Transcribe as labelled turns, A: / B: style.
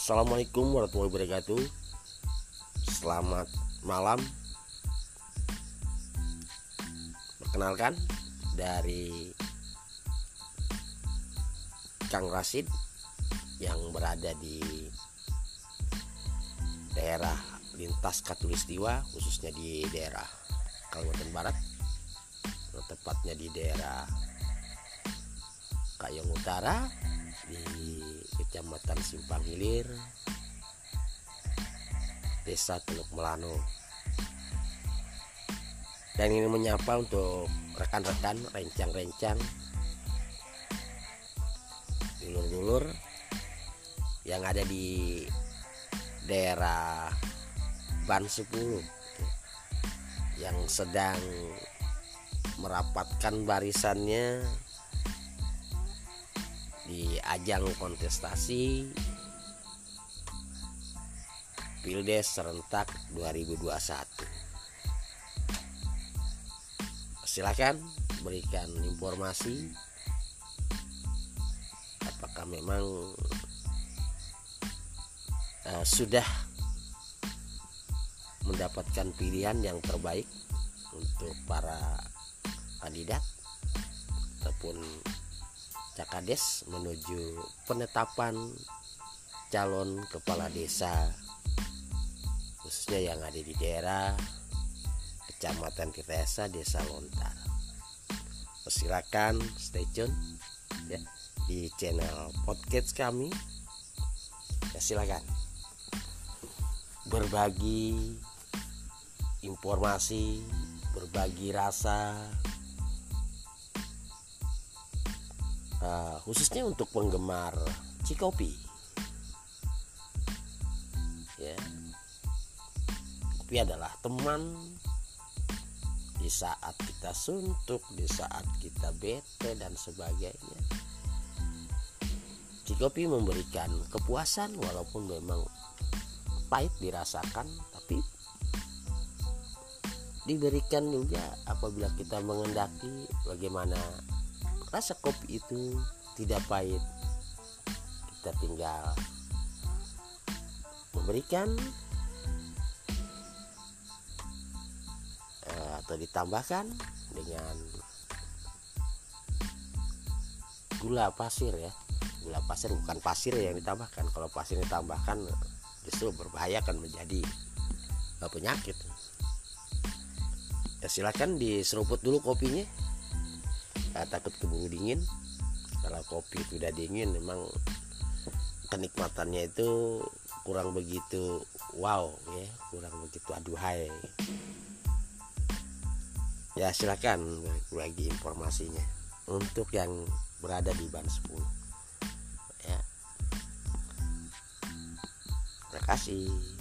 A: Assalamualaikum warahmatullahi wabarakatuh. Selamat malam. Perkenalkan, dari Kang Rasid yang berada di daerah lintas Katulistiwa, khususnya di daerah Kalimantan Barat, tepatnya di daerah Kayong Utara, di Kecamatan Simpang Hilir, Desa Teluk Melano. Dan ini menyapa untuk rekan-rekan rencang-rencang, dulur-dulur yang ada di daerah Ban 10 yang sedang merapatkan barisannya di ajang kontestasi Pildes serentak 2021. Silakan berikan informasi apakah memang sudah mendapatkan pilihan yang terbaik untuk para kandidat ataupun Cakades menuju penetapan calon kepala desa, khususnya yang ada di daerah Kecamatan Tirtayasa, Desa Lontar. Silakan stay tune ya di channel podcast kami. Ya, silakan berbagi informasi, berbagi rasa, khususnya untuk penggemar Cikopi. Ya, kopi adalah teman di saat kita suntuk, di saat kita bete dan sebagainya. Cikopi memberikan kepuasan walaupun memang pahit dirasakan, tapi diberikan juga apabila kita mengendaki bagaimana rasa kopi itu tidak pahit. Kita tinggal memberikan atau ditambahkan dengan gula pasir ya. Gula pasir, bukan pasir yang ditambahkan. Kalau pasir ditambahkan justru berbahaya, akan menjadi penyakit. Ya, silakan diseruput dulu kopinya. Takut keburu dingin. Kalau kopi itu udah dingin memang kenikmatannya itu kurang begitu wow ya, kurang begitu aduhai. Ya, silakan bagi informasinya untuk yang berada di Ban 10 ya. Terima kasih.